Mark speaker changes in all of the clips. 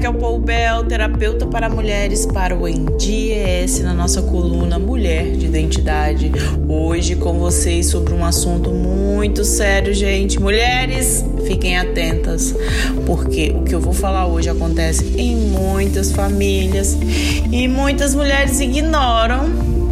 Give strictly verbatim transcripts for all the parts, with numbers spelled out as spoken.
Speaker 1: Raquel Poubel, terapeuta para mulheres para o Em D S na nossa coluna Mulher de Identidade. Hoje com vocês sobre um assunto muito sério, gente. Mulheres, fiquem atentas, porque o que eu vou falar hoje acontece em muitas famílias e muitas mulheres ignoram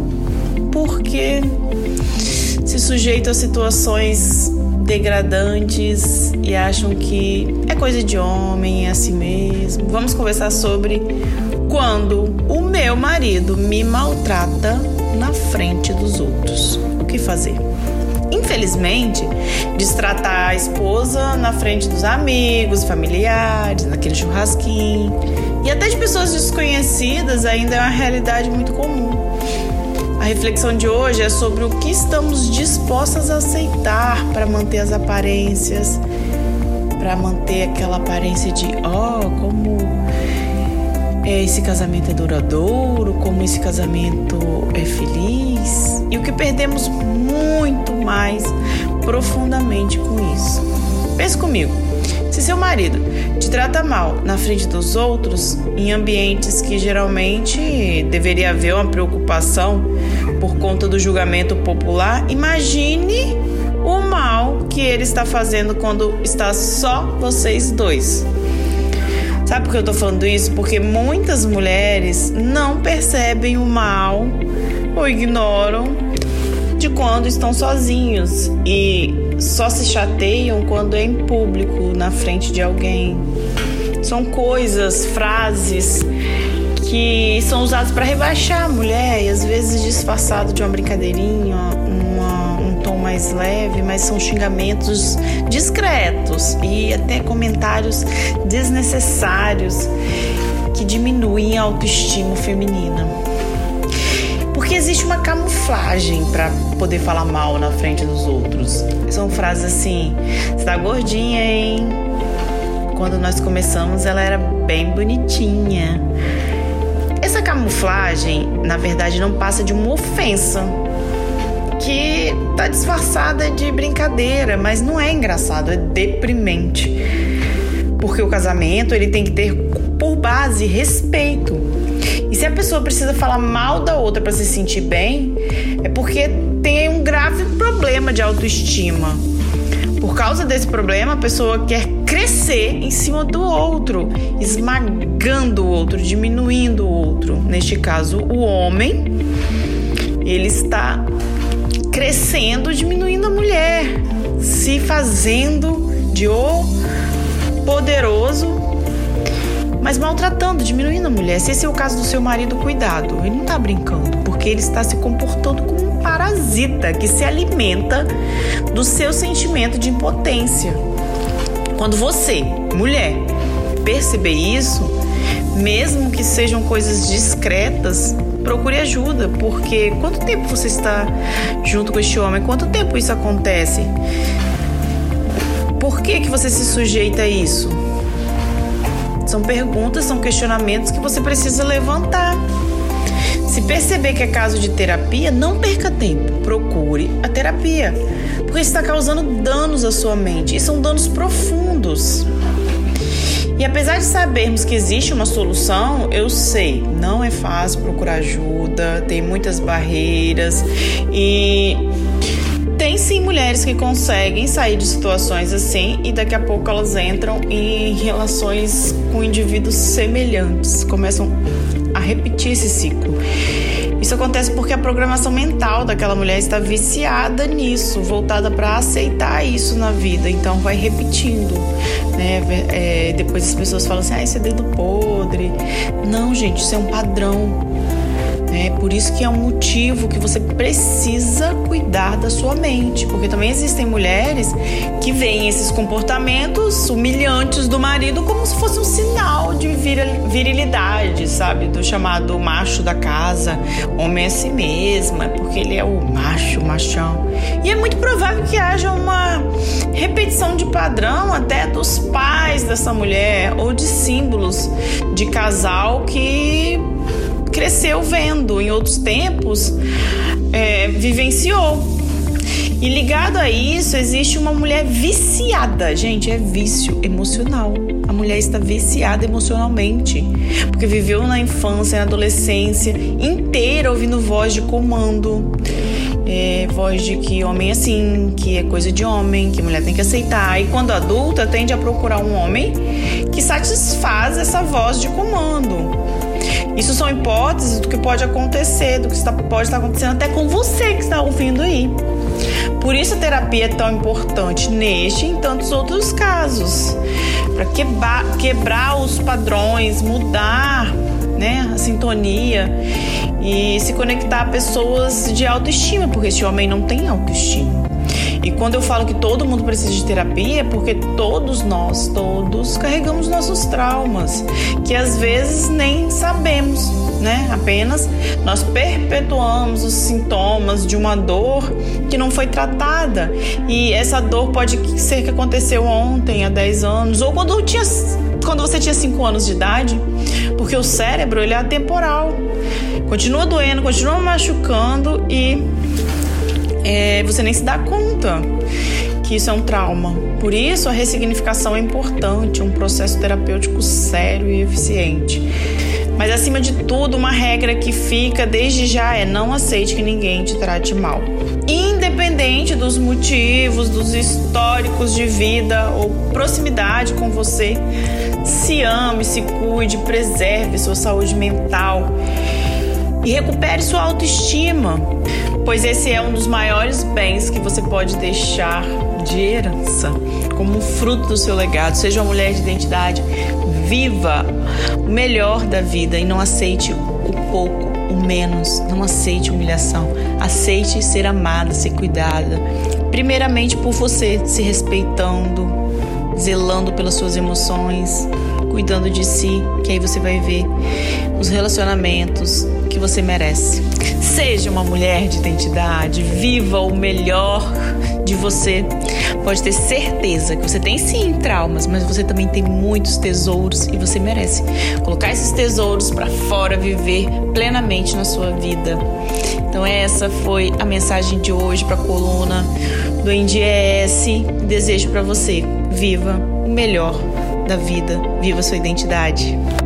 Speaker 1: porque se sujeitam a situações degradantes e acham que é coisa de homem, é assim mesmo. Vamos conversar sobre quando o meu marido me maltrata na frente dos outros. O que fazer? Infelizmente, destratar a esposa na frente dos amigos, familiares, naquele churrasquinho e até de pessoas desconhecidas ainda é uma realidade muito comum. A reflexão de hoje é sobre o que estamos dispostas a aceitar para manter as aparências, para manter aquela aparência de, ó, oh, como esse casamento é duradouro, como esse casamento é feliz, e o que perdemos muito mais profundamente com isso. Pense comigo. Se seu marido te trata mal na frente dos outros, em ambientes que geralmente deveria haver uma preocupação por conta do julgamento popular, imagine o mal que ele está fazendo quando está só vocês dois. Sabe por que eu tô falando isso? Porque muitas mulheres não percebem o mal ou ignoram de quando estão sozinhos e só se chateiam quando é em público, na frente de alguém. São coisas, frases que são usadas para rebaixar a mulher e às vezes disfarçado de uma brincadeirinha, uma, um tom mais leve, mas são xingamentos discretos e até comentários desnecessários que diminuem a autoestima feminina. Porque existe uma camuflagem para poder falar mal na frente dos outros. São frases assim: você tá gordinha, hein? Quando nós começamos, ela era bem bonitinha. Essa camuflagem, na verdade, não passa de uma ofensa que tá disfarçada de brincadeira, mas não é engraçado, é deprimente. Porque o casamento, ele tem que ter por base respeito. E se a pessoa precisa falar mal da outra para se sentir bem, é porque tem um grave problema de autoestima. Por causa desse problema, a pessoa quer crescer em cima do outro, esmagando o outro, diminuindo o outro. Neste caso, o homem, ele está crescendo, diminuindo a mulher, se fazendo de o poderoso, mas maltratando, diminuindo a mulher. Se esse é o caso do seu marido, cuidado, ele não tá brincando, porque ele está se comportando como um parasita que se alimenta do seu sentimento de impotência. Quando você, mulher, perceber isso, mesmo que sejam coisas discretas, procure ajuda, porque quanto tempo você está junto com este homem? Quanto tempo isso acontece? Por que que você se sujeita a isso? São perguntas, são questionamentos que você precisa levantar. Se perceber que é caso de terapia, não perca tempo, procure a terapia, porque está causando danos à sua mente, e são danos profundos. E apesar de sabermos que existe uma solução, eu sei, não é fácil procurar ajuda, tem muitas barreiras e tem sim mulheres que conseguem sair de situações assim e daqui a pouco elas entram em relações com indivíduos semelhantes, começam a repetir esse ciclo. Isso acontece porque a programação mental daquela mulher está viciada nisso, voltada para aceitar isso na vida, então vai repetindo, né? É, depois as pessoas falam assim, ah, isso é dedo podre. Não, gente, isso é um padrão. É por isso que é um motivo que você precisa cuidar da sua mente, porque também existem mulheres que veem esses comportamentos humilhantes do marido como se fosse um sinal de virilidade, sabe? Do chamado macho da casa, homem é assim mesmo, é porque ele é o macho, o machão. E é muito provável que haja uma repetição de padrão até dos pais dessa mulher ou de símbolos de casal que cresceu vendo, em outros tempos é, vivenciou. E ligado a isso, existe uma mulher viciada. Gente, é vício emocional. A mulher está viciada emocionalmente, porque viveu na infância, na adolescência inteira ouvindo voz de comando. É, voz de que homem é assim, que é coisa de homem, que mulher tem que aceitar. E quando adulta, tende a procurar um homem que satisfaz essa voz de comando. Isso são hipóteses do que pode acontecer, do que está, pode estar acontecendo até com você que está ouvindo aí. Por isso a terapia é tão importante neste e em tantos outros casos. Para quebrar, quebrar os padrões, mudar, né, a sintonia e se conectar a pessoas de autoestima, porque esse homem não tem autoestima. E quando eu falo que todo mundo precisa de terapia, é porque todos nós, todos carregamos nossos traumas, que às vezes nem sabemos, né? Apenas nós perpetuamos os sintomas de uma dor que não foi tratada. E essa dor pode ser que aconteceu ontem, há dez anos, ou quando, tinha, quando você tinha cinco anos de idade, porque o cérebro, ele é atemporal. Continua doendo, continua machucando e é, você nem se dá conta que isso é um trauma. Por isso, a ressignificação é importante, um processo terapêutico sério e eficiente. Mas, acima de tudo, uma regra que fica desde já é: não aceite que ninguém te trate mal. Independente dos motivos, dos históricos de vida ou proximidade com você, se ame, se cuide, preserve sua saúde mental e recupere sua autoestima, pois esse é um dos maiores bens que você pode deixar de herança, como um fruto do seu legado. Seja uma mulher de identidade, viva o melhor da vida e não aceite o pouco, o menos. Não aceite humilhação, aceite ser amada, ser cuidada, primeiramente por você, se respeitando, zelando pelas suas emoções, cuidando de si, que aí você vai ver os relacionamentos que você merece. Seja uma mulher de identidade, viva o melhor de você. Pode ter certeza que você tem sim traumas, mas você também tem muitos tesouros e você merece colocar esses tesouros para fora, viver plenamente na sua vida. Então essa foi a mensagem de hoje para a coluna do N D E S. Desejo para você: viva o melhor da vida, viva sua identidade.